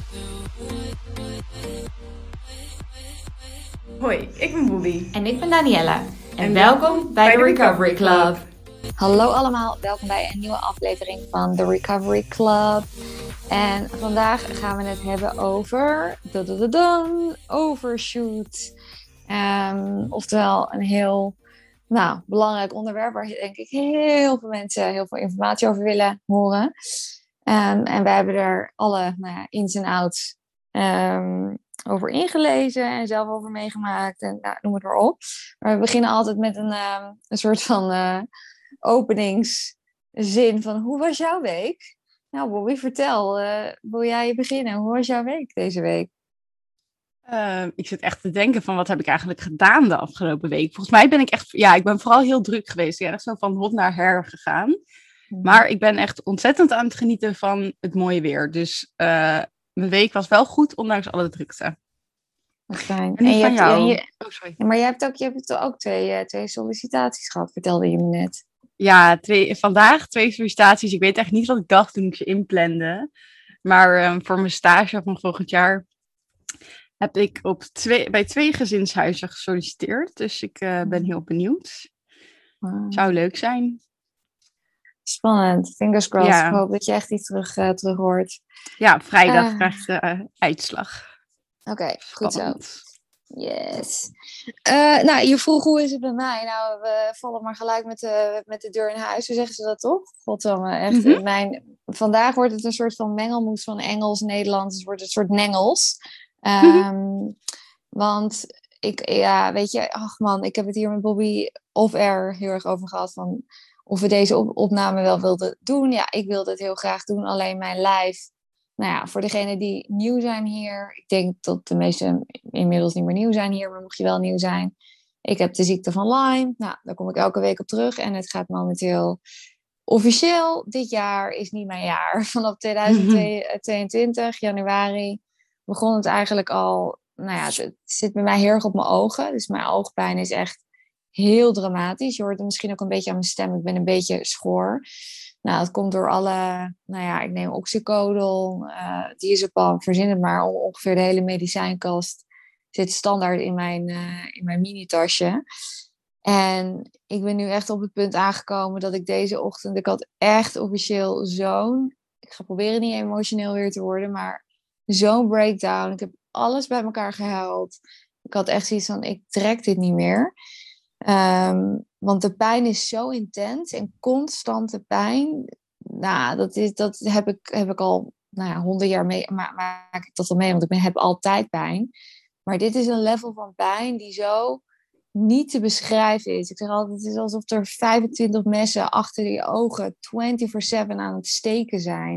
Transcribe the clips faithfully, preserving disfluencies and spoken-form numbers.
Hoi, ik ben Bobby. En ik ben Daniella. En, En welkom bij de Recovery Club. Hallo allemaal, welkom bij een nieuwe aflevering van de Recovery Club. En vandaag gaan we het hebben over dadadadam, overshoot. Um, oftewel een heel nou, belangrijk onderwerp waar denk ik heel veel mensen heel veel informatie over willen horen. Um, en wij hebben er alle nou ja, ins en outs um, over ingelezen en zelf over meegemaakt. En nou, noem het maar op. Maar we beginnen altijd met een, um, een soort van uh, openingszin van hoe was jouw week? Nou Bobby, vertel. Uh, wil jij beginnen? Hoe was jouw week deze week? Uh, ik zit echt te denken van wat heb ik eigenlijk gedaan de afgelopen week. Volgens mij ben ik echt, ja, ik ben vooral heel druk geweest. Ja, echt zo van hot naar her gegaan. Hmm. Maar ik ben echt ontzettend aan het genieten van het mooie weer. Dus uh, mijn week was wel goed, ondanks alle drukte. Wat fijn. En, en je van hebt, jou? En je, oh, sorry. Ja, maar jij hebt ook, je hebt ook twee, uh, twee sollicitaties gehad, vertelde je me net. Ja, twee, vandaag twee sollicitaties. Ik weet echt niet wat ik dacht toen ik ze inplande. Maar um, voor mijn stage van volgend jaar heb ik op twee, bij twee gezinshuizen gesolliciteerd. Dus ik uh, ben heel benieuwd. Wow. Zou leuk zijn. Spannend. Fingers crossed. Ja. Ik hoop dat je echt iets terug, uh, terug hoort. Ja, vrijdag uh, krijg ik de uh, uitslag. Oké, okay, goed zo. Yes. Uh, nou, je vroeg hoe is het bij mij? Nou, we vallen maar gelijk met de, met de deur in huis. Hoe zeggen ze dat toch? Godsamme, echt. Mm-hmm. In mijn, vandaag wordt het een soort van mengelmoes van Engels, Nederlands. Het wordt een soort nengels. Um, mm-hmm. Want ik, ja, weet je, ach man, ik heb het hier met Bobby off-air heel erg over gehad van of we deze op- opname wel wilden doen. Ja, ik wilde het heel graag doen, alleen mijn lijf. Nou ja, voor degenen die nieuw zijn hier. Ik denk dat de meesten inmiddels niet meer nieuw zijn hier, maar mocht je wel nieuw zijn. Ik heb de ziekte van Lyme. Nou, daar kom ik elke week op terug. En het gaat momenteel officieel. Dit jaar is niet mijn jaar. Vanaf tweeduizend tweeëntwintig, januari, begon het eigenlijk al. Nou ja, het, het zit bij mij heel erg op mijn ogen. Dus mijn oogpijn is echt heel dramatisch. Je hoort het misschien ook een beetje aan mijn stem. Ik ben een beetje schor. Nou, het komt door alle, nou ja, ik neem oxycodon, uh, diazepam, verzin het maar. Ongeveer de hele medicijnkast zit standaard in mijn, uh, in mijn mini-tasje. En ik ben nu echt op het punt aangekomen dat ik deze ochtend, ik had echt officieel zo'n, ik ga proberen niet emotioneel weer te worden, maar zo'n breakdown. Ik heb alles bij elkaar gehuild. Ik had echt zoiets van, ik trek dit niet meer. Um, want de pijn is zo intens en constante pijn. Nou, dat, is, dat heb, ik, heb ik al nou ja, honderd jaar mee. Maar maak ik dat al mee, want ik ben, heb altijd pijn. Maar dit is een level van pijn die zo niet te beschrijven is. Ik zeg altijd, het is alsof er vijfentwintig messen achter je ogen vierentwintig zeven aan het steken zijn.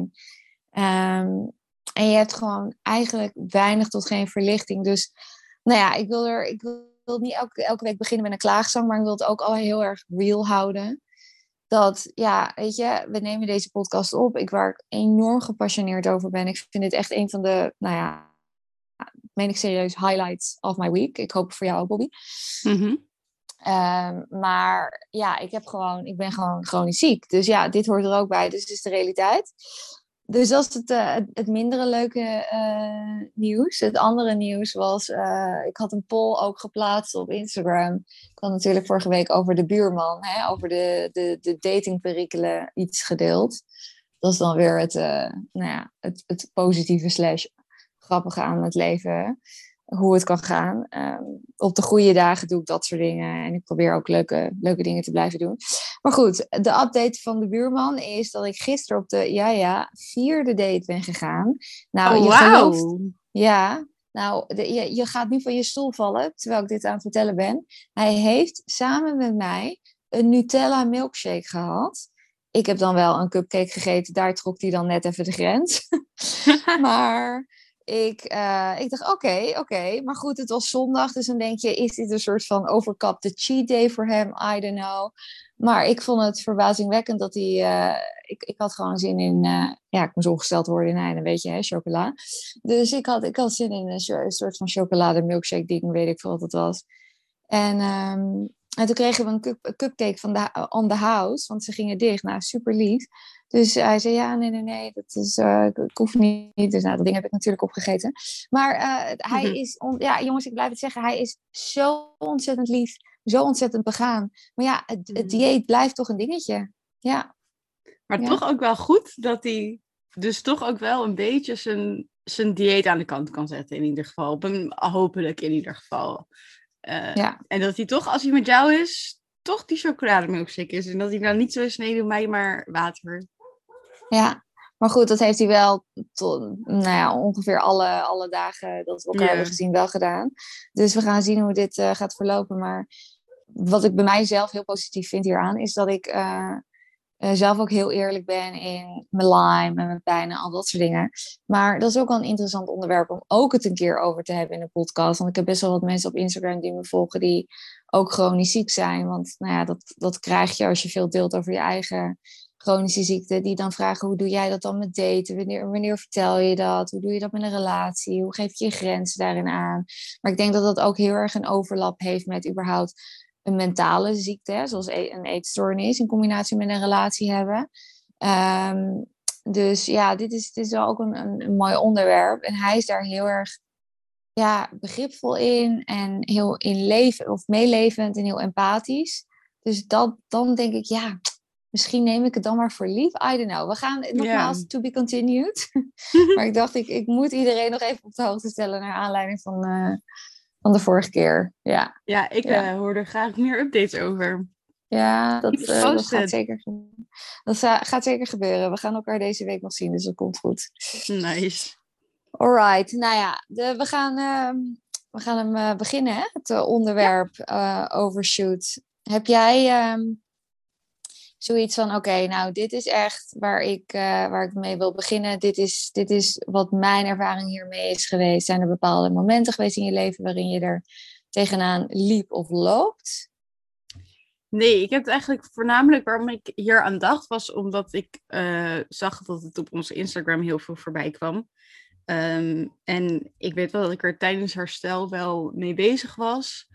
Um, en je hebt gewoon eigenlijk weinig tot geen verlichting. Dus nou ja, ik wil er... Ik wil Ik wil niet elke, elke week beginnen met een klaagzang, maar ik wil het ook al heel erg real houden. Dat, ja, weet je, we nemen deze podcast op. Ik waar ik enorm gepassioneerd over ben. Ik vind dit echt een van de, nou ja, meen ik serieus, highlights of my week. Ik hoop voor jou ook, Bobby. Mm-hmm. Um, maar ja, ik heb gewoon, ik ben gewoon chronisch ziek. Dus ja, dit hoort er ook bij. Dus dit is de realiteit. Dus dat is het, uh, het, het mindere leuke uh, nieuws. Het andere nieuws was, uh, ik had een poll ook geplaatst op Instagram. Ik had natuurlijk vorige week over de buurman, hè, over de, de, de datingperikelen iets gedeeld. Dat is dan weer het, uh, nou ja, het, het positieve slash grappige aan het leven. Hoe het kan gaan. Um, op de goede dagen doe ik dat soort dingen. En ik probeer ook leuke, leuke dingen te blijven doen. Maar goed, de update van de buurman is dat ik gisteren op de, ja ja, vierde date ben gegaan. Nou, oh, je wow. gelooft, ja, nou, de, je, je gaat nu van je stoel vallen, terwijl ik dit aan het vertellen ben. Hij heeft samen met mij een Nutella milkshake gehad. Ik heb dan wel een cupcake gegeten. Daar trok hij dan net even de grens. Maar... Ik, uh, ik dacht, oké, okay, oké. Okay. Maar goed, het was zondag. Dus dan denk je, is dit een soort van overkapte cheat day voor hem? I don't know. Maar ik vond het verbazingwekkend dat hij... Uh, ik, ik had gewoon zin in... Uh, ja, ik moest ongesteld worden in een, weet je, hè, chocola. Dus ik had, ik had zin in een, een soort van chocolade milkshake ding. Weet ik veel wat het was. En, um, en toen kregen we een, cup, een cupcake van de, on the house. Want ze gingen dicht. Nou, super lief. Dus hij zei, ja, nee, nee, nee, dat is, uh, ik, ik hoef niet. Dus nou, dat ding heb ik natuurlijk opgegeten. Maar uh, hij mm-hmm. is, on- ja, jongens, ik blijf het zeggen, hij is zo ontzettend lief, zo ontzettend begaan. Maar ja, het, het dieet blijft toch een dingetje. Ja. Maar ja. toch ook wel goed dat hij dus toch ook wel een beetje zijn, zijn dieet aan de kant kan zetten, in ieder geval. Op een, hopelijk in ieder geval. Uh, ja. En dat hij toch, als hij met jou is, toch die chocolademilkshake is. En dat hij dan niet zo is, nee, doe mij maar water. Ja, maar goed, dat heeft hij wel tot, nou ja, ongeveer alle, alle dagen dat we elkaar yeah. hebben gezien wel gedaan. Dus we gaan zien hoe dit uh, gaat verlopen. Maar wat ik bij mijzelf heel positief vind hieraan, is dat ik uh, uh, zelf ook heel eerlijk ben in mijn Lyme en mijn pijn en al dat soort dingen. Maar dat is ook wel een interessant onderwerp om ook het een keer over te hebben in de podcast. Want ik heb best wel wat mensen op Instagram die me volgen die ook chronisch ziek zijn. Want nou ja, dat, dat krijg je als je veel deelt over je eigen chronische ziekte, die dan vragen, hoe doe jij dat dan met daten? Wanneer, wanneer vertel je dat? Hoe doe je dat met een relatie? Hoe geef je je grenzen daarin aan? Maar ik denk dat dat ook heel erg een overlap heeft met überhaupt een mentale ziekte, hè? Zoals een eetstoornis in combinatie met een relatie hebben. Um, dus ja, dit is, dit is wel ook een, een, een mooi onderwerp. En hij is daar heel erg ja, begripvol in en heel inleven, of meelevend en heel empathisch. Dus dat, dan denk ik, ja, misschien neem ik het dan maar voor lief. I don't know. We gaan nogmaals yeah. to be continued. Maar ik dacht, ik, ik moet iedereen nog even op de hoogte stellen naar aanleiding van, uh, van de vorige keer. Ja, ja ik ja. Uh, hoor er graag meer updates over. Ja, dat, uh, dat, gaat zeker, dat gaat zeker gebeuren. We gaan elkaar deze week nog zien, dus dat komt goed. Nice. Alright, nou ja, de, we, gaan, uh, we gaan hem uh, beginnen, hè? Het uh, onderwerp ja. uh, overshoot. Heb jij... Um, Zoiets van, oké, okay, nou, dit is echt waar ik, uh, waar ik mee wil beginnen. Dit is, dit is wat mijn ervaring hiermee is geweest. Zijn er bepaalde momenten geweest in je leven waarin je er tegenaan liep of loopt? Nee, ik heb het eigenlijk voornamelijk waarom ik hier aan dacht, was omdat ik uh, zag dat het op onze Instagram heel veel voorbij kwam. Um, en ik weet wel dat ik er tijdens herstel wel mee bezig was.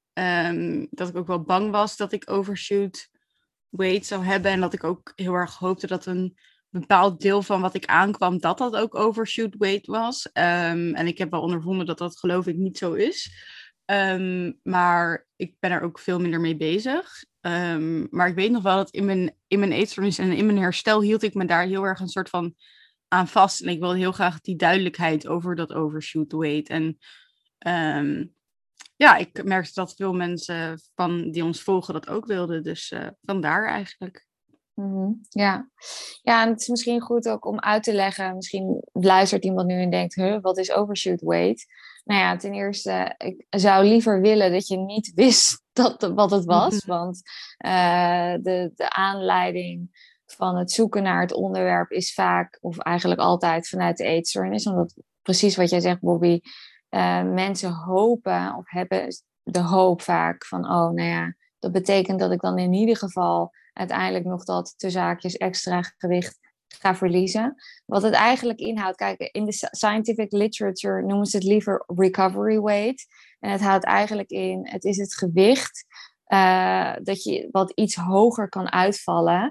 Um, dat ik ook wel bang was dat ik overshoot weight zou hebben. En dat ik ook heel erg hoopte dat een bepaald deel van wat ik aankwam, dat dat ook overshoot weight was. Um, en ik heb wel ondervonden dat dat geloof ik niet zo is. Um, maar ik ben er ook veel minder mee bezig. Um, maar ik weet nog wel dat in mijn, in mijn eetstoornis en in mijn herstel hield ik me daar heel erg een soort van aan vast. En ik wilde heel graag die duidelijkheid over dat overshoot weight. En um, ja, ik merkte dat veel mensen van die ons volgen dat ook wilden. Dus uh, vandaar eigenlijk. Mm-hmm. Ja. ja, en het is misschien goed ook om uit te leggen. Misschien luistert iemand nu en denkt, huh, wat is overshoot weight? Nou ja, ten eerste, ik zou liever willen dat je niet wist dat, wat het was. Mm-hmm. Want uh, de, de aanleiding van het zoeken naar het onderwerp is vaak, of eigenlijk altijd vanuit de eetstoornis. Omdat precies wat jij zegt, Bobby, uh, mensen hopen of hebben de hoop vaak van, oh, nou ja, dat betekent dat ik dan in ieder geval uiteindelijk nog dat tussen haakjes extra gewicht ga verliezen. Wat het eigenlijk inhoudt, kijk, in de scientific literature noemen ze het liever recovery weight. En het houdt eigenlijk in, het is het gewicht uh, dat je wat iets hoger kan uitvallen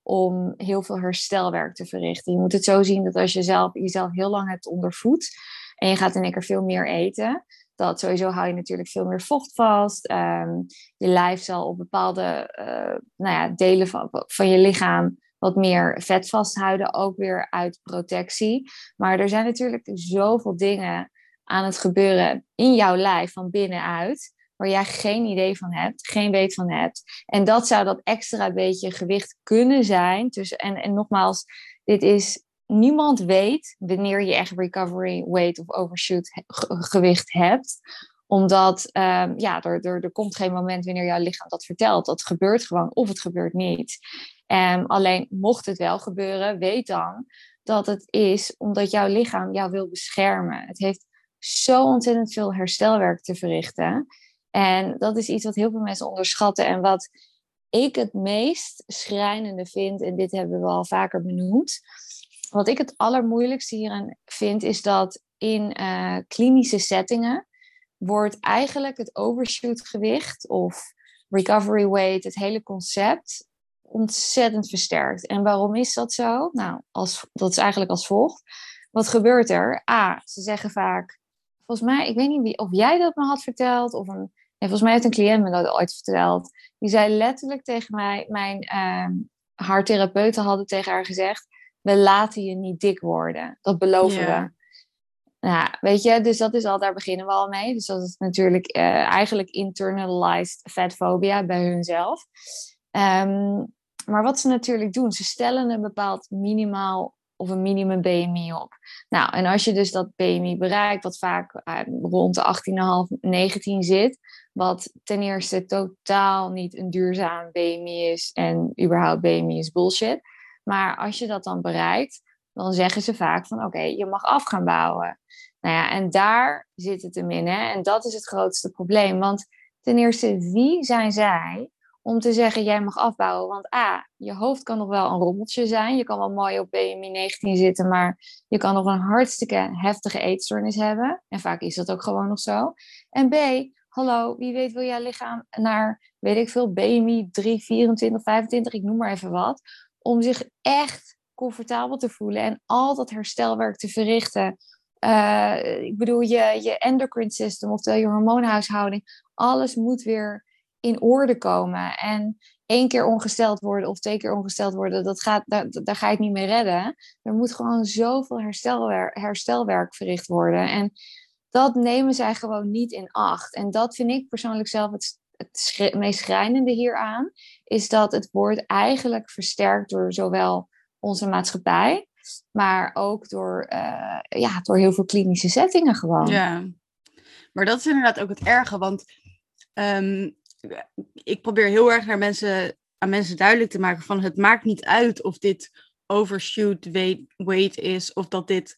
om heel veel herstelwerk te verrichten. Je moet het zo zien dat als je zelf, jezelf heel lang hebt ondervoed en je gaat in één keer veel meer eten, dat sowieso hou je natuurlijk veel meer vocht vast. Um, je lijf zal op bepaalde uh, nou ja, delen van, van je lichaam wat meer vet vasthouden, ook weer uit protectie. Maar er zijn natuurlijk zoveel dingen aan het gebeuren in jouw lijf van binnenuit, waar jij geen idee van hebt, geen weet van hebt. En dat zou dat extra beetje gewicht kunnen zijn. Dus, en, en nogmaals, dit is... Niemand weet wanneer je echt recovery weight of overshoot gewicht hebt. Omdat um, ja, er, er, er komt geen moment wanneer jouw lichaam dat vertelt. Dat gebeurt gewoon of het gebeurt niet. Um, alleen mocht het wel gebeuren, weet dan dat het is omdat jouw lichaam jou wil beschermen. Het heeft zo ontzettend veel herstelwerk te verrichten. En dat is iets wat heel veel mensen onderschatten. En wat ik het meest schrijnende vind, en dit hebben we al vaker benoemd. Wat ik het allermoeilijkste hierin vind, is dat in uh, klinische settingen wordt eigenlijk het overshoot gewicht of recovery weight, het hele concept, ontzettend versterkt. En waarom is dat zo? Nou, als, dat is eigenlijk als volgt. Wat gebeurt er? A, ze zeggen vaak, volgens mij, ik weet niet wie, of jij dat me had verteld, of een, nee, volgens mij heeft een cliënt me dat ooit verteld. Die zei letterlijk tegen mij, mijn, uh, haar therapeuten hadden tegen haar gezegd, we laten je niet dik worden. Dat beloven Ja. we. Nou, weet je, dus dat is al, daar beginnen we al mee. Dus dat is natuurlijk uh, eigenlijk internalized fatphobia bij hunzelf. Um, maar wat ze natuurlijk doen, ze stellen een bepaald minimaal of een minimum B M I op. Nou, en als je dus dat B M I bereikt, wat vaak uh, rond de achttien komma vijf, negentien zit, wat ten eerste totaal niet een duurzaam B M I is en überhaupt B M I is bullshit. Maar als je dat dan bereikt, dan zeggen ze vaak van oké, okay, je mag af gaan bouwen. Nou ja, en daar zit het hem in. Hè? En dat is het grootste probleem. Want ten eerste, wie zijn zij om te zeggen, jij mag afbouwen? Want A, je hoofd kan nog wel een rommeltje zijn. Je kan wel mooi op B M I negentien zitten, maar je kan nog een hartstikke heftige eetstoornis hebben. En vaak is dat ook gewoon nog zo. En B, hallo, wie weet wil jouw lichaam naar, weet ik veel, B M I drie, vierentwintig, vijfentwintig, ik noem maar even wat. Om zich echt comfortabel te voelen en al dat herstelwerk te verrichten. Uh, ik bedoel, je, je endocrine system, oftewel je hormoonhuishouding, alles moet weer in orde komen. En één keer ongesteld worden of twee keer ongesteld worden, dat gaat, daar, daar ga je het niet mee redden. Er moet gewoon zoveel herstelwerk, herstelwerk verricht worden. En dat nemen zij gewoon niet in acht. En dat vind ik persoonlijk zelf het, het schri- meest schrijnende hieraan, is dat het wordt eigenlijk versterkt door zowel onze maatschappij, maar ook door, uh, ja, door heel veel klinische settingen gewoon. Ja, maar dat is inderdaad ook het erge, want um, ik probeer heel erg naar mensen, aan mensen duidelijk te maken van het maakt niet uit of dit overshoot weight, weight is, of dat dit,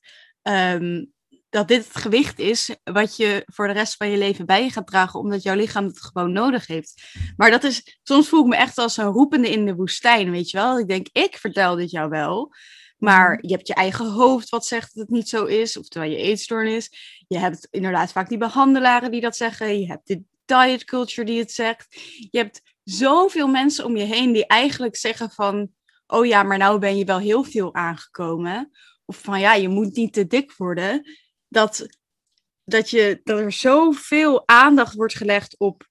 um, dat dit het gewicht is wat je voor de rest van je leven bij je gaat dragen, omdat jouw lichaam het gewoon nodig heeft. Maar dat is, soms voel ik me echt als een roepende in de woestijn, weet je wel. Ik denk, ik vertel dit jou wel. Maar je hebt je eigen hoofd wat zegt dat het niet zo is, oftewel je eetstoornis. Je hebt inderdaad vaak die behandelaren die dat zeggen. Je hebt de diet culture die het zegt. Je hebt zoveel mensen om je heen die eigenlijk zeggen van, oh ja, maar nou ben je wel heel veel aangekomen. Of van ja, je moet niet te dik worden. Dat, dat, je, dat er zoveel aandacht wordt gelegd op,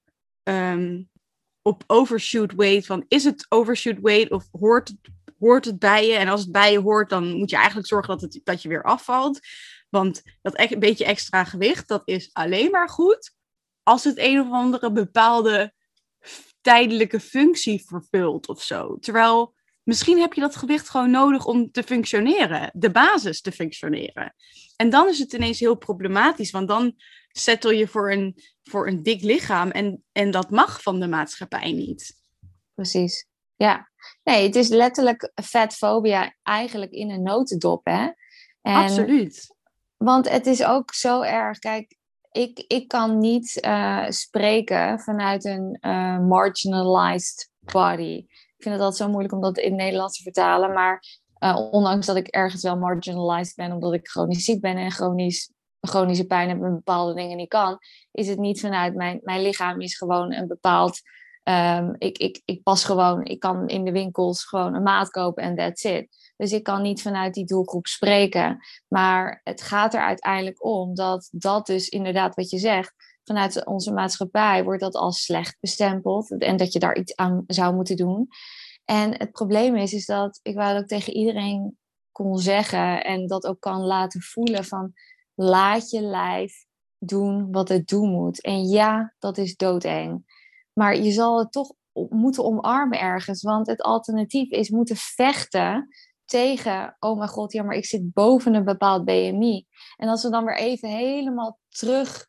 um, op overshoot weight. Van is het overshoot weight of hoort het hoort het bij je. En als het bij je hoort, dan moet je eigenlijk zorgen dat, het, dat je weer afvalt. Want dat een beetje extra gewicht, dat is alleen maar goed als het een of andere bepaalde tijdelijke functie vervult of zo. Terwijl misschien heb je dat gewicht gewoon nodig om te functioneren. De basis te functioneren. En dan is het ineens heel problematisch, want dan settle je voor een, voor een dik lichaam en, en dat mag van de maatschappij niet. Precies. Ja, nee, het is letterlijk fatfobia eigenlijk in een notendop, hè? En, absoluut. Want het is ook zo erg, kijk, ik, ik kan niet uh, spreken vanuit een uh, marginalized body. Ik vind het altijd zo moeilijk om dat in het Nederlands te vertalen, maar uh, ondanks dat ik ergens wel marginalized ben, omdat ik chronisch ziek ben en chronisch, chronische pijn heb en bepaalde dingen niet kan, is het niet vanuit mijn, mijn lichaam is gewoon een bepaald... Um, ik, ik, ik pas gewoon, ik kan in de winkels gewoon een maat kopen en that's it. Dus ik kan niet vanuit die doelgroep spreken. Maar het gaat er uiteindelijk om dat dat dus inderdaad wat je zegt, vanuit onze maatschappij wordt dat als slecht bestempeld. En dat je daar iets aan zou moeten doen. En het probleem is, is dat ik wou dat ik tegen iedereen kon zeggen en dat ook kan laten voelen van laat je lijf doen wat het doen moet. En ja, dat is doodeng. Maar je zal het toch moeten omarmen ergens. Want het alternatief is moeten vechten tegen... oh mijn god, ja, maar ik zit boven een bepaald B M I. En als we dan weer even helemaal terug...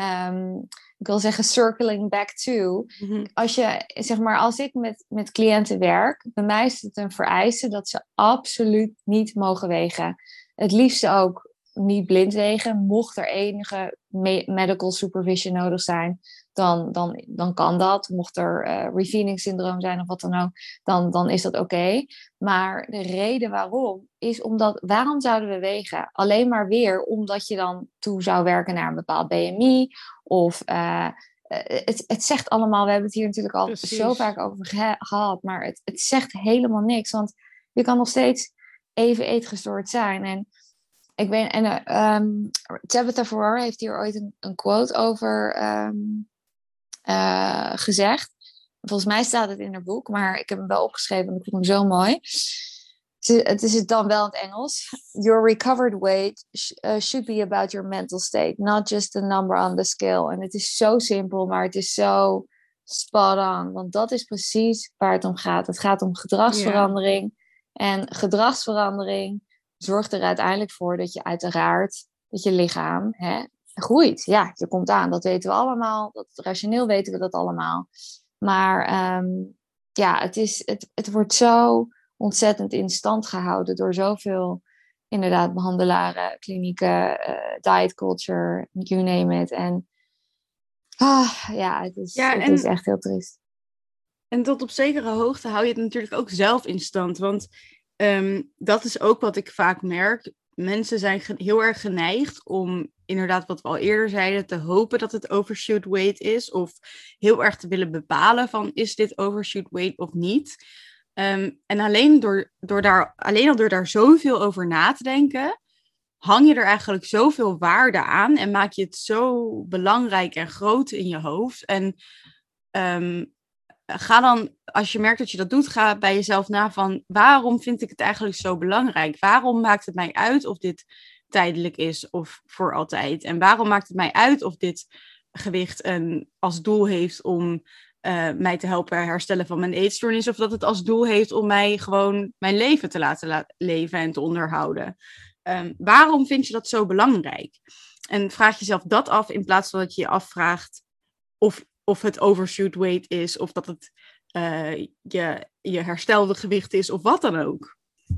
Um, ik wil zeggen circling back to... Mm-hmm. Als je, zeg maar, als ik met, met cliënten werk... bij mij is het een vereiste dat ze absoluut niet mogen wegen. Het liefste ook niet blind wegen. Mocht er enige me- medical supervision nodig zijn... Dan, dan, dan kan dat. Mocht er uh, revealing syndroom zijn of wat dan ook, dan, dan is dat oké. Okay. Maar de reden waarom is omdat, waarom zouden we wegen? Alleen maar weer omdat je dan toe zou werken naar een bepaald B M I of uh, het, het zegt allemaal, we hebben het hier natuurlijk al Precies. zo vaak over geha- gehad, maar het, het zegt helemaal niks. Want je kan nog steeds even eetgestoord zijn. En ik weet, en uh, um, Tabitha Farrar heeft hier ooit een, een quote over um, uh, gezegd. Volgens mij staat het in haar boek, maar ik heb hem wel opgeschreven en ik vind hem zo mooi. Het is het dan wel in het Engels. Your recovered weight uh, should be about your mental state, not just the number on the scale. En het is zo simpel, maar het is zo spot on. Want dat is precies waar het om gaat. Het gaat om gedragsverandering. Ja. En gedragsverandering zorgt er uiteindelijk voor dat je uiteraard, dat je lichaam hè, groeit. Ja, je komt aan, dat weten we allemaal. Dat, rationeel weten we dat allemaal. Maar um, ja, het, is, het, het wordt zo ontzettend in stand gehouden door zoveel, inderdaad, behandelaren, klinieken, uh, diet culture, you name it. En ah, ja, het, is, ja, het en, is echt heel triest. En tot op zekere hoogte hou je het natuurlijk ook zelf in stand. Want um, dat is ook wat ik vaak merk. Mensen zijn ge- heel erg geneigd om, inderdaad wat we al eerder zeiden, te hopen dat het overshoot weight is. Of heel erg te willen bepalen van, is dit overshoot weight of niet? Um, en alleen, door, door daar, alleen al door daar zoveel over na te denken, hang je er eigenlijk zoveel waarde aan en maak je het zo belangrijk en groot in je hoofd. En um, ga dan, als je merkt dat je dat doet, ga bij jezelf na van, waarom vind ik het eigenlijk zo belangrijk? Waarom maakt het mij uit of dit tijdelijk is of voor altijd? En waarom maakt het mij uit of dit gewicht een, als doel heeft om uh, mij te helpen herstellen van mijn eetstoornis, of dat het als doel heeft om mij gewoon mijn leven te laten la- leven en te onderhouden? Um, waarom vind je dat zo belangrijk? En vraag jezelf dat af in plaats van dat je je afvraagt of, of het overshoot weight is, of dat het uh, je, je herstelde gewicht is, of wat dan ook.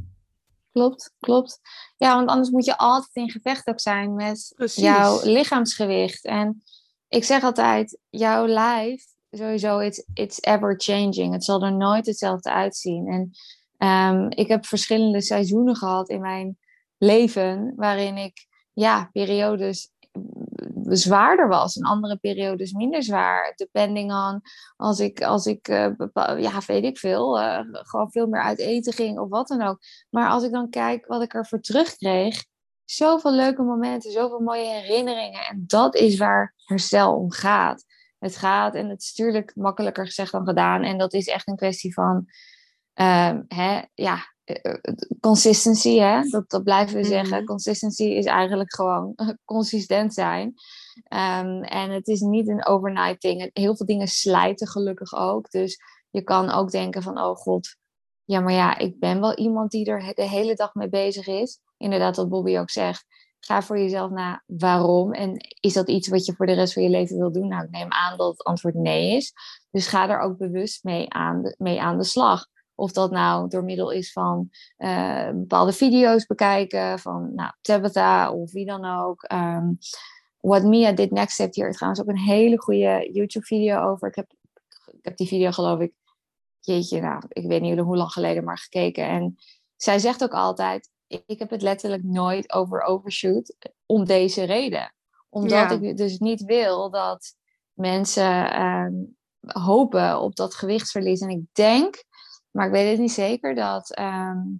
Klopt, klopt. Ja, want anders moet je altijd in gevecht ook zijn met Precies. jouw lichaamsgewicht. En ik zeg altijd, jouw lijf, sowieso, it's, it's ever changing. Het zal er nooit hetzelfde uitzien. En um, ik heb verschillende seizoenen gehad in mijn leven, waarin ik, ja, periodes zwaarder was en andere periodes minder zwaar. Depending on als ik, als ik uh, bepaal, ja, weet ik veel, uh, gewoon veel meer uit eten ging of wat dan ook. Maar als ik dan kijk wat ik ervoor terugkreeg, zoveel leuke momenten, zoveel mooie herinneringen. En dat is waar herstel om gaat. Het gaat, en het is natuurlijk makkelijker gezegd dan gedaan. En dat is echt een kwestie van, uh, hè, ja, consistency, hè? Dat, dat blijven we zeggen. Mm-hmm. Consistency is eigenlijk gewoon consistent zijn. Um, en het is niet een overnight ding. Heel veel dingen slijten gelukkig ook. Dus je kan ook denken van, oh god, ja, maar ja, ik ben wel iemand die er de hele dag mee bezig is. Inderdaad, wat Bobby ook zegt. Ga voor jezelf na waarom. En is dat iets wat je voor de rest van je leven wil doen? Nou, ik neem aan dat het antwoord nee is. Dus ga er ook bewust mee aan de, mee aan de slag. Of dat nou door middel is van uh, bepaalde video's bekijken. Van nou, Tabitha of wie dan ook. Um, What Mia Did Next heeft hier trouwens ook een hele goede YouTube video over. Ik heb, ik heb die video geloof ik, jeetje, nou, ik weet niet hoe lang geleden maar gekeken. En zij zegt ook altijd, ik heb het letterlijk nooit over overshoot om deze reden. Omdat ja. ik dus niet wil dat mensen um, hopen op dat gewichtsverlies. En ik denk, maar ik weet het niet zeker, dat... Um,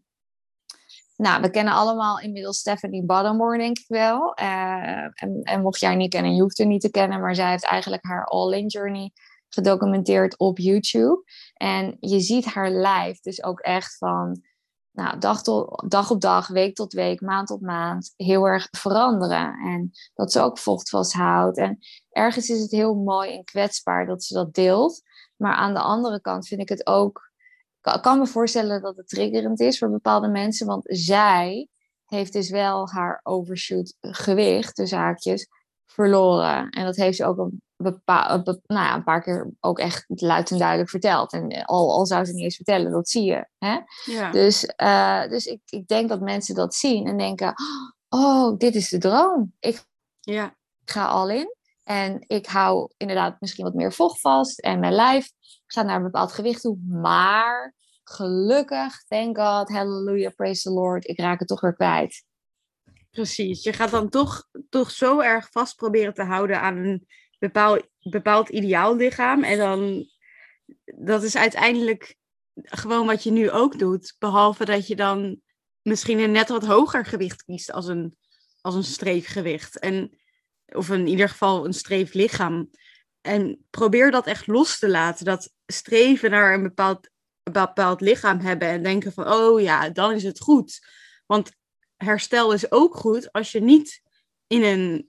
nou, we kennen allemaal inmiddels Stephanie Buttermore, denk ik wel. Uh, en, en mocht jij haar niet kennen, je hoeft haar niet te kennen, maar zij heeft eigenlijk haar all-in journey gedocumenteerd op YouTube. En je ziet haar live dus ook echt van nou, dag, tot, dag op dag, week tot week, maand tot maand heel erg veranderen. En dat ze ook vocht vasthoudt. En ergens is het heel mooi en kwetsbaar dat ze dat deelt. Maar aan de andere kant vind ik het ook... Ik kan me voorstellen dat het triggerend is voor bepaalde mensen. Want zij heeft dus wel haar overshoot gewicht, de zaakjes, verloren. En dat heeft ze ook een, bepa- een, be- nou ja, een paar keer ook echt luid en duidelijk verteld. En al, al zou ze niet eens vertellen, dat zie je. Hè? Ja. Dus, uh, dus ik, ik denk dat mensen dat zien en denken... Oh, dit is de droom. Ik ja. ga al in. En ik hou inderdaad misschien wat meer vocht vast. En mijn lijf gaat naar een bepaald gewicht toe. Maar gelukkig, thank God, hallelujah, praise the Lord. Ik raak het toch weer kwijt. Precies. Je gaat dan toch, toch zo erg vast proberen te houden aan een bepaald, bepaald ideaal lichaam. En dan, dat is uiteindelijk gewoon wat je nu ook doet. Behalve dat je dan misschien een net wat hoger gewicht kiest als een, als een streefgewicht. En, of in ieder geval een streeflichaam. En probeer dat echt los te laten. Dat streven naar een bepaald, een bepaald lichaam hebben. En denken van, oh ja, dan is het goed. Want herstel is ook goed als je niet in een,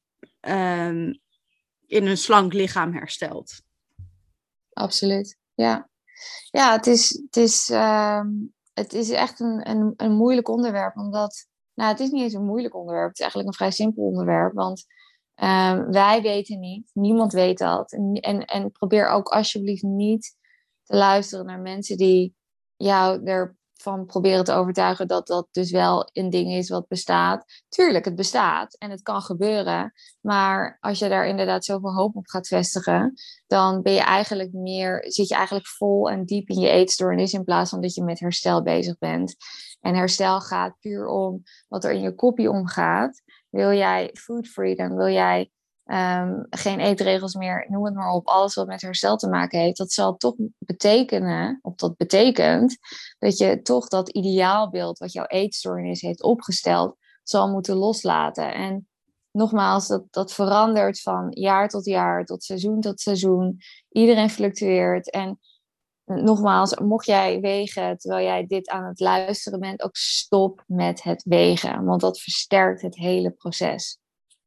um, in een slank lichaam herstelt. Absoluut, ja. Ja, het is, het is, um, het is echt een, een, een moeilijk onderwerp. Omdat, nou, het is niet eens een moeilijk onderwerp. Het is eigenlijk een vrij simpel onderwerp. Want um, wij weten niet. Niemand weet dat. En, en, en probeer ook alsjeblieft niet te luisteren naar mensen die jou ervan proberen te overtuigen dat dat dus wel een ding is wat bestaat. Tuurlijk, het bestaat en het kan gebeuren. Maar als je daar inderdaad zoveel hoop op gaat vestigen, dan ben je eigenlijk meer, zit je eigenlijk vol en diep in je eetstoornis in plaats van dat je met herstel bezig bent. En herstel gaat puur om wat er in je koppie omgaat. Wil jij food freedom? Wil jij Um, geen eetregels meer, noem het maar op, alles wat met herstel te maken heeft, dat zal toch betekenen, of dat betekent, dat je toch dat ideaalbeeld wat jouw eetstoornis heeft opgesteld, zal moeten loslaten. En nogmaals, dat, dat verandert van jaar tot jaar, tot seizoen tot seizoen. Iedereen fluctueert. En nogmaals, mocht jij wegen terwijl jij dit aan het luisteren bent, ook stop met het wegen, want dat versterkt het hele proces.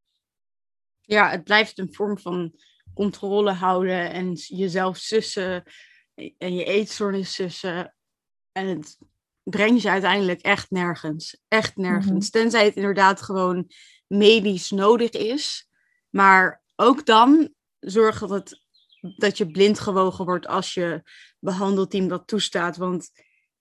Ja, het blijft een vorm van controle houden en jezelf sussen en je eetstoornis sussen. En het brengt je uiteindelijk echt nergens. Echt nergens. Mm-hmm. Tenzij het inderdaad gewoon medisch nodig is. Maar ook dan zorg dat, het, dat je blind gewogen wordt als je behandelteam dat toestaat. Want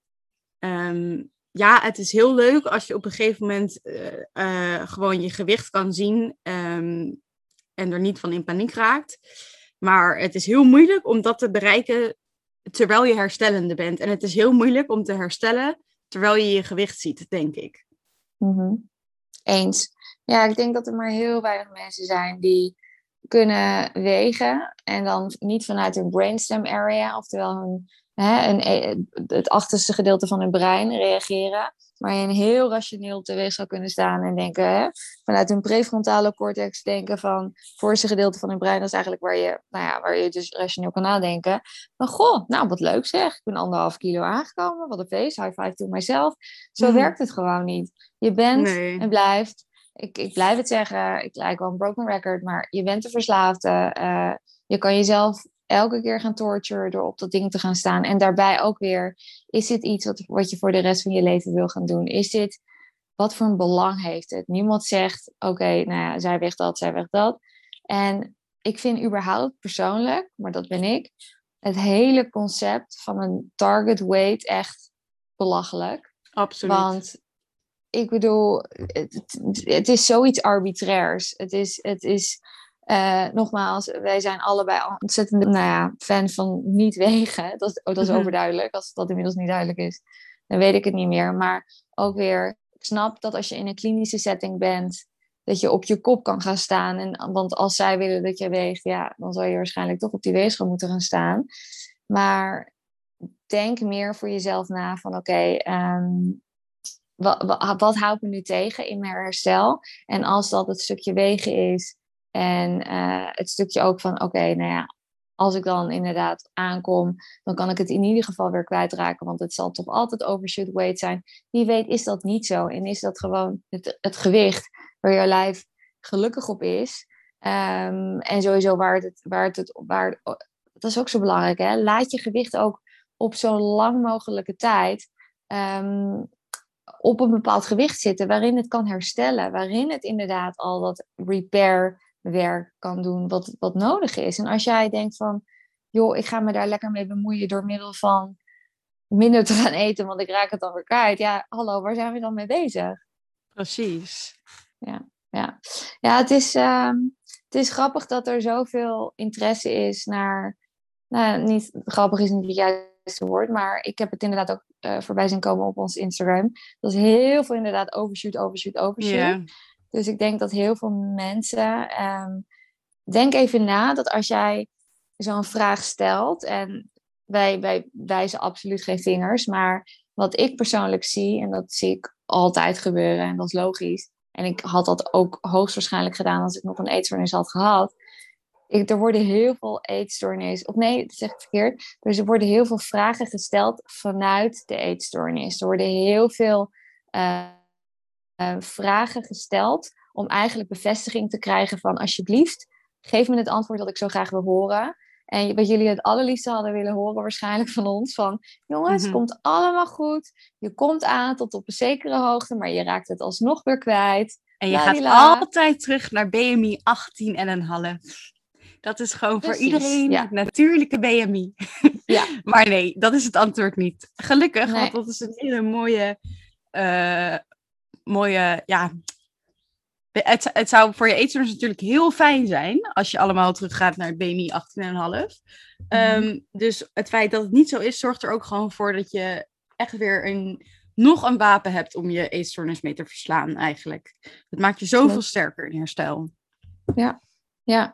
um, ja, het is heel leuk als je op een gegeven moment uh, uh, gewoon je gewicht kan zien. Um, En er niet van in paniek raakt. Maar het is heel moeilijk om dat te bereiken terwijl je herstellende bent. En het is heel moeilijk om te herstellen terwijl je je gewicht ziet, denk ik. Mm-hmm. Eens. Ja, ik denk dat er maar heel weinig mensen zijn die kunnen wegen. En dan niet vanuit hun brainstem area, oftewel hun, hè, een, het achterste gedeelte van hun brein reageren. Maar je een heel rationeel teweeg zou kunnen staan en denken, hè, vanuit hun prefrontale cortex denken van, het voorste gedeelte van hun brein, dat is eigenlijk waar je, nou ja, waar je dus rationeel kan nadenken. Maar goh, nou wat leuk zeg, ik ben anderhalf kilo aangekomen, wat een feest, high five to myself. Zo mm. werkt het gewoon niet. Je bent nee. en blijft, ik, ik blijf het zeggen, ik lijk wel een broken record, maar je bent een verslaafde. Uh, je kan jezelf elke keer gaan torturen door op dat ding te gaan staan. En daarbij ook weer, is dit iets wat, wat je voor de rest van je leven wil gaan doen? Is dit, wat voor een belang heeft het? Niemand zegt, oké, okay, nou ja, zij weegt dat, zij weegt dat. En ik vind überhaupt persoonlijk, maar dat ben ik, het hele concept van een target weight echt belachelijk. Absoluut. Want ik bedoel, het, het is zoiets arbitrairs. Het is, het is uh, nogmaals, wij zijn allebei ontzettend nou ja, fan van niet wegen. Dat, oh, dat is mm-hmm. overduidelijk. Als dat inmiddels niet duidelijk is, dan weet ik het niet meer. Maar ook weer, ik snap dat als je in een klinische setting bent, dat je op je kop kan gaan staan. En, want als zij willen dat je weegt, ja, dan zal je waarschijnlijk toch op die weegschaal moeten gaan staan. Maar denk meer voor jezelf na van oké, okay, um, Wat, wat, wat houdt me nu tegen in mijn herstel? En als dat het stukje wegen is en uh, het stukje ook van, oké, okay, nou ja, als ik dan inderdaad aankom, dan kan ik het in ieder geval weer kwijtraken, want het zal toch altijd overshoot weight zijn. Wie weet is dat niet zo en is dat gewoon het, het gewicht waar je lijf gelukkig op is. Um, en sowieso waar het, waar het, het waar, dat is ook zo belangrijk, hè? Laat je gewicht ook op zo lang mogelijke tijd Um, op een bepaald gewicht zitten waarin het kan herstellen, waarin het inderdaad al dat repairwerk kan doen wat, wat nodig is. En als jij denkt van, joh, ik ga me daar lekker mee bemoeien door middel van minder te gaan eten, want ik raak het dan weer kwijt. Ja, hallo, waar zijn we dan mee bezig? Precies. Ja, ja. ja het, is, uh, het is grappig dat er zoveel interesse is naar, nou, niet grappig is niet het juiste woord, maar ik heb het inderdaad ook Uh, voorbij zien komen op ons Instagram. Dat is heel veel inderdaad overshoot, overshoot, overshoot. Yeah. Dus ik denk dat heel veel mensen um, denk even na dat als jij zo'n vraag stelt, en wij, wij wijzen absoluut geen vingers, maar wat ik persoonlijk zie, en dat zie ik altijd gebeuren, en dat is logisch, en ik had dat ook hoogstwaarschijnlijk gedaan als ik nog een eetstoornis had gehad. Ik, er worden heel veel eetstoornis, of nee, dat zeg ik verkeerd. Dus er worden heel veel vragen gesteld vanuit de eetstoornis. Er worden heel veel uh, uh, vragen gesteld om eigenlijk bevestiging te krijgen van alsjeblieft, geef me het antwoord dat ik zo graag wil horen. En wat jullie het allerliefste hadden willen horen waarschijnlijk van ons, van jongens, het Mm-hmm. komt allemaal goed. Je komt aan tot op een zekere hoogte, maar je raakt het alsnog weer kwijt. En je Ladila. gaat altijd terug naar B M I achttien en een half. Dat is gewoon Precies, voor iedereen ja. het natuurlijke B M I. Ja. Maar nee, dat is het antwoord niet. Gelukkig, Nee. want dat is een hele mooie... Uh, mooie, ja... Het, het zou voor je eetstoornis natuurlijk heel fijn zijn als je allemaal teruggaat naar het B M I achttien en een half. Mm-hmm. Um, dus het feit dat het niet zo is, zorgt er ook gewoon voor dat je echt weer een, nog een wapen hebt om je eetstoornis mee te verslaan eigenlijk. Het maakt je zoveel Klopt. sterker in herstel. Ja, ja.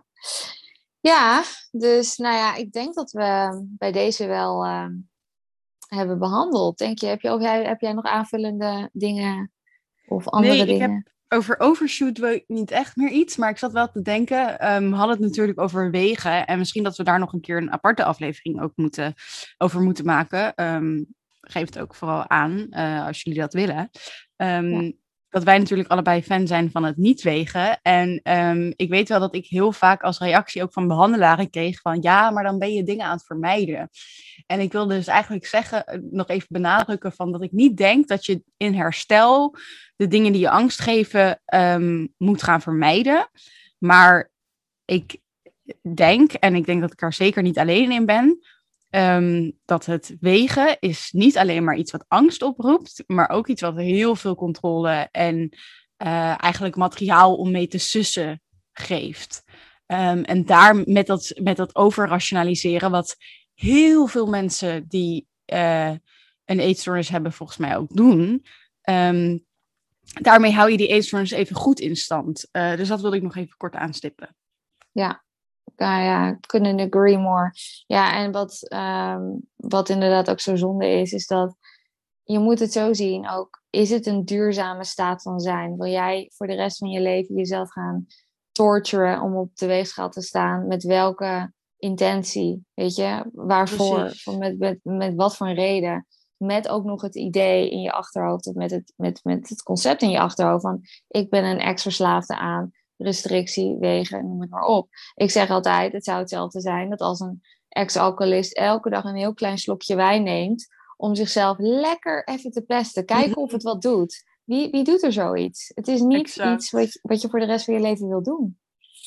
Ja, dus nou ja, ik denk dat we bij deze wel uh, hebben behandeld. Denk je, heb, je, of jij, heb jij nog aanvullende dingen of andere nee, dingen? Ik heb over overshoot weet ik niet echt meer iets, maar ik zat wel te denken, um, we hadden het natuurlijk over wegen en misschien dat we daar nog een keer een aparte aflevering ook moeten, over moeten maken. Um, geef het ook vooral aan, uh, als jullie dat willen. Um, ja. Dat wij natuurlijk allebei fan zijn van het niet wegen. En um, ik weet wel dat ik heel vaak als reactie ook van behandelaren kreeg van ja, maar dan ben je dingen aan het vermijden. En ik wil dus eigenlijk zeggen, nog even benadrukken van dat ik niet denk dat je in herstel de dingen die je angst geven um, moet gaan vermijden. Maar ik denk, en ik denk dat ik er zeker niet alleen in ben, um, dat het wegen is niet alleen maar iets wat angst oproept, maar ook iets wat heel veel controle en uh, eigenlijk materiaal om mee te sussen geeft. Um, en daar met dat, met dat overrationaliseren, wat heel veel mensen die uh, een eetstoornis hebben volgens mij ook doen, um, daarmee hou je die eetstoornis even goed in stand. Uh, dus dat wilde ik nog even kort aanstippen. Ja, nou ja, couldn't agree more. Ja, en wat, um, wat inderdaad ook zo zonde is, is dat je moet het zo zien ook. Is het een duurzame staat van zijn? Wil jij voor de rest van je leven jezelf gaan torturen om op de weegschaal te staan? Met welke intentie? Weet je? Waarvoor? Voor met, met, met wat voor reden? Met ook nog het idee in je achterhoofd, of met het, met, met het concept in je achterhoofd van ik ben een ex-verslaafde aan restrictie, wegen, noem het maar op. Ik zeg altijd, het zou hetzelfde zijn dat als een ex-alcoholist elke dag een heel klein slokje wijn neemt om zichzelf lekker even te pesten. Kijken of het wat doet. Wie, wie doet er zoiets? Het is niet exact. iets wat je, wat je voor de rest van je leven wil doen.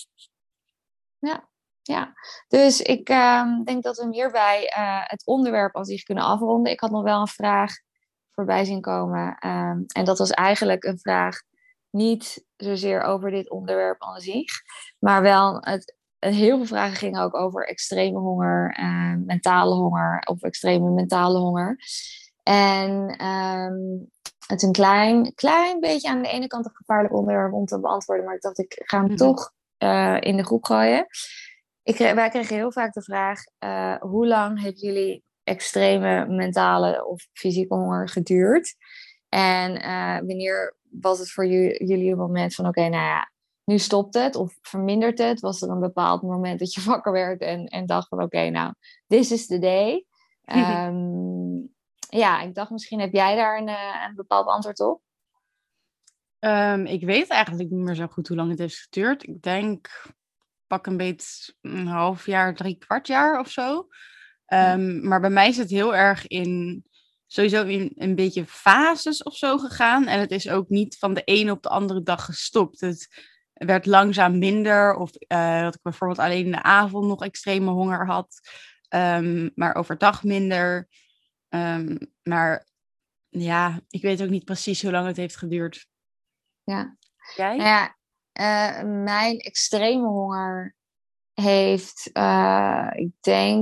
Ja, ja. Dus ik uh, denk dat we hem hierbij uh, het onderwerp aan zich kunnen afronden. Ik had nog wel een vraag voorbij zien komen. Um, en dat was eigenlijk een vraag niet zozeer over dit onderwerp aan zich, maar wel het, heel veel vragen gingen ook over extreme honger, uh, mentale honger of extreme mentale honger. En um, het is een klein, klein beetje aan de ene kant een gevaarlijk onderwerp om te beantwoorden, maar ik dacht ik ga hem mm-hmm. toch uh, in de groep gooien. Ik, wij kregen heel vaak de vraag, uh, hoe lang hebben jullie extreme mentale of fysieke honger geduurd? En uh, wanneer was het voor jullie, jullie een moment van oké, okay, nou ja, nu stopt het of vermindert het? Was er een bepaald moment dat je wakker werd en, en dacht van oké, okay, nou, this is the day. Um, ja, ik dacht misschien heb jij daar een, een bepaald antwoord op? Um, ik weet eigenlijk niet meer zo goed hoe lang het heeft geduurd. Ik denk pak een beetje een half jaar, drie kwart jaar of zo. Um, ja. Maar bij mij is het heel erg in... sowieso in een beetje fases of zo gegaan. En het is ook niet van de ene op de andere dag gestopt. Het werd langzaam minder. Of uh, dat ik bijvoorbeeld alleen in de avond nog extreme honger had. Um, maar overdag minder. Um, maar ja, ik weet ook niet precies hoe lang het heeft geduurd. Ja. Jij? Nou ja, uh, mijn extreme honger heeft, uh, ik denk,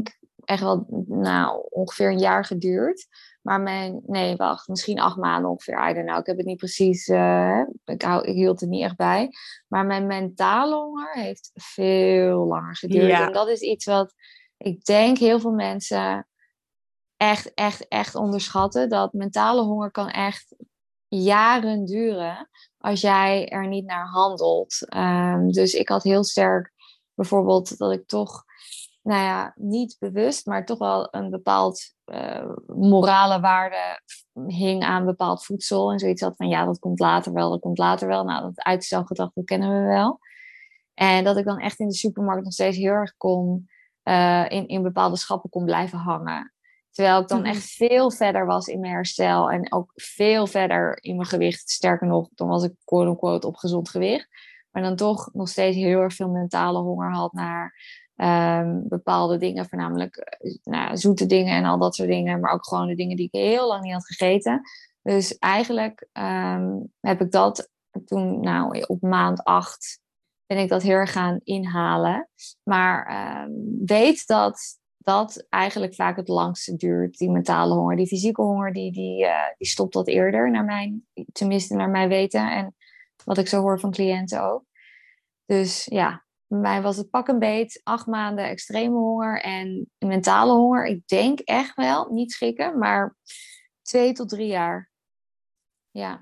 echt wel, nou, ongeveer een jaar geduurd. Maar mijn, nee, wacht, misschien acht maanden ongeveer. I don't know, ik heb het niet precies, uh, ik, hou, ik hield het niet echt bij. Maar mijn mentale honger heeft veel langer geduurd. Ja. En dat is iets wat ik denk heel veel mensen echt, echt, echt onderschatten. Dat mentale honger kan echt jaren duren als jij er niet naar handelt. Um, dus ik had heel sterk bijvoorbeeld dat ik toch, nou ja, niet bewust, maar toch wel een bepaald uh, morale waarde hing aan bepaald voedsel. En zoiets had van, ja, dat komt later wel, dat komt later wel. Nou, dat uitstelgedrag, dat kennen we wel. En dat ik dan echt in de supermarkt nog steeds heel erg kon, uh, in, in bepaalde schappen kon blijven hangen. Terwijl ik dan Mm-hmm. echt veel verder was in mijn herstel. En ook veel verder in mijn gewicht. Sterker nog, dan was ik quote-unquote op gezond gewicht. Maar dan toch nog steeds heel erg veel mentale honger had naar um, bepaalde dingen. Voornamelijk nou, zoete dingen en al dat soort dingen. Maar ook gewoon de dingen die ik heel lang niet had gegeten. Dus eigenlijk um, heb ik dat toen, nou, op maand acht ben ik dat heel erg gaan inhalen. Maar um, weet dat dat eigenlijk vaak het langste duurt, die mentale honger. Die fysieke honger, die, die, uh, die stopt wat eerder, naar mijn, tenminste naar mijn weten. En wat ik zo hoor van cliënten ook. Dus ja, bij mij was het pak een beet, acht maanden extreme honger en mentale honger. Ik denk echt wel, niet schrikken, maar twee tot drie jaar. Ja.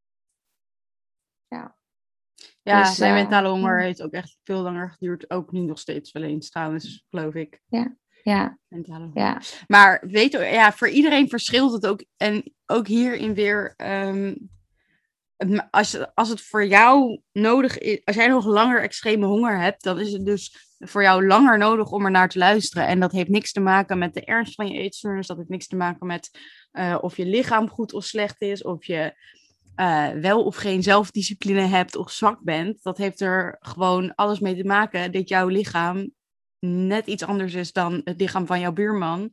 Ja. Ja, dus, mijn uh, mentale honger ja. heeft ook echt veel langer geduurd. Ook nu nog steeds wel eens trouwens, geloof ik. Ja, ja. Mentale honger. Ja. Maar weet je, ja, voor iedereen verschilt het ook. En ook hierin weer, um, als, als het voor jou nodig is, als jij nog langer extreme honger hebt, dan is het dus voor jou langer nodig om er naar te luisteren. En dat heeft niks te maken met de ernst van je eetstoornis. Dat heeft niks te maken met uh, of je lichaam goed of slecht is, of je Uh, wel of geen zelfdiscipline hebt of zwak bent. Dat heeft er gewoon alles mee te maken dat jouw lichaam net iets anders is dan het lichaam van jouw buurman.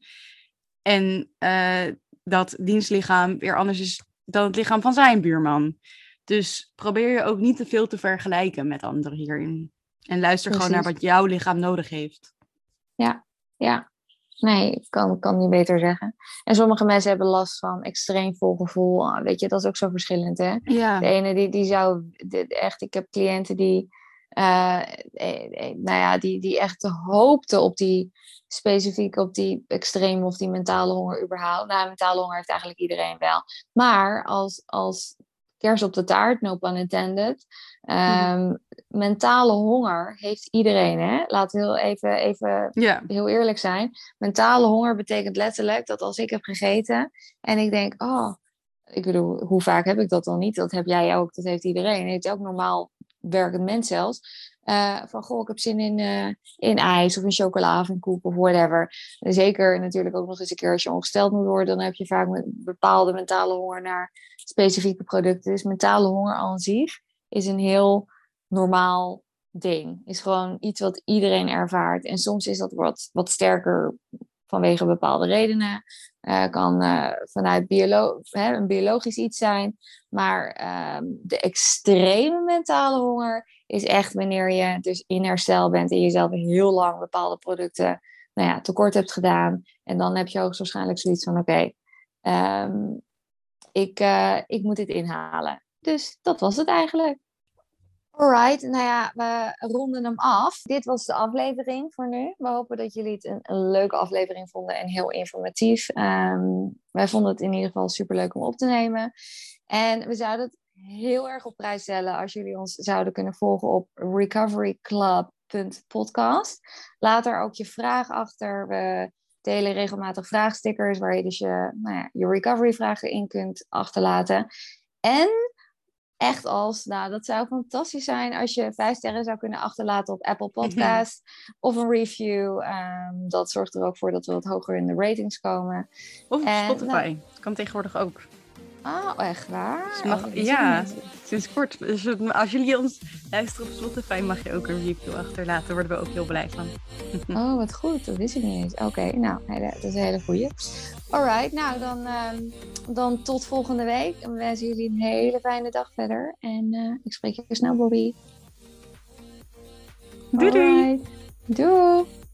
En uh, dat dienstlichaam weer anders is dan het lichaam van zijn buurman. Dus probeer je ook niet te veel te vergelijken met anderen hierin. En luister Precies. gewoon naar wat jouw lichaam nodig heeft. Ja, ja. Nee, ik kan, kan niet beter zeggen. En sommige mensen hebben last van extreem vol gevoel. Weet je, dat is ook zo verschillend, hè? Ja. De ene die, die zou... De, echt, ik heb cliënten die... Uh, eh, nou ja, die, die echt hoopten op die... Specifiek op die extreem of die mentale honger überhaupt. Nou, mentale honger heeft eigenlijk iedereen wel. Maar als... als kers op de taart, no pun intended. Um, mm. Mentale honger heeft iedereen, hè? Laten we heel even, even yeah. heel eerlijk zijn. Mentale honger betekent letterlijk dat als ik heb gegeten en ik denk, oh, ik bedoel, hoe vaak heb ik dat dan niet? Dat heb jij ook, dat heeft iedereen. Dat heeft elk normaal werkend mens zelfs. Uh, van, goh, ik heb zin in, uh, in ijs of in chocola of in koek of whatever. En zeker natuurlijk ook nog eens een keer als je ongesteld moet worden, dan heb je vaak een bepaalde mentale honger naar specifieke producten. Dus mentale honger aan zich is een heel normaal ding. Is gewoon iets wat iedereen ervaart. En soms is dat wat, wat sterker vanwege bepaalde redenen. Uh, kan uh, vanuit biolo- hè, een biologisch iets zijn. Maar uh, de extreme mentale honger is echt wanneer je dus in herstel bent en jezelf heel lang bepaalde producten nou ja, tekort hebt gedaan. En dan heb je hoogstwaarschijnlijk zoiets van oké, okay, um, ik, uh, ik moet dit inhalen. Dus dat was het eigenlijk. Alright, nou ja, we ronden hem af. Dit was de aflevering voor nu. We hopen dat jullie het een, een leuke aflevering vonden en heel informatief. Um, wij vonden het in ieder geval superleuk om op te nemen. En we zouden het heel erg op prijs stellen als jullie ons zouden kunnen volgen op recovery club punt podcast. Laat er ook je vraag achter. We delen regelmatig vraagstickers waar je dus je, nou ja, je recovery vragen in kunt achterlaten. En echt als, nou dat zou fantastisch zijn als je vijf sterren zou kunnen achterlaten op Apple Podcast of een review. Um, dat zorgt er ook voor dat we wat hoger in de ratings komen. Of op en, Spotify. Nou, dat kan tegenwoordig ook. Oh, echt waar? Dus mag, oh, ja, sinds kort. Dus als jullie ons luisteren op Spotify mag je ook een review achterlaten. Daar worden we ook heel blij van. Oh, wat goed. Dat wist ik niet eens. Oké, okay, nou, dat is een hele goeie. Alright, nou dan, um, dan tot volgende week. En we wensen jullie een hele fijne dag verder. En uh, ik spreek je snel, Bobby. Doei doei. Doei.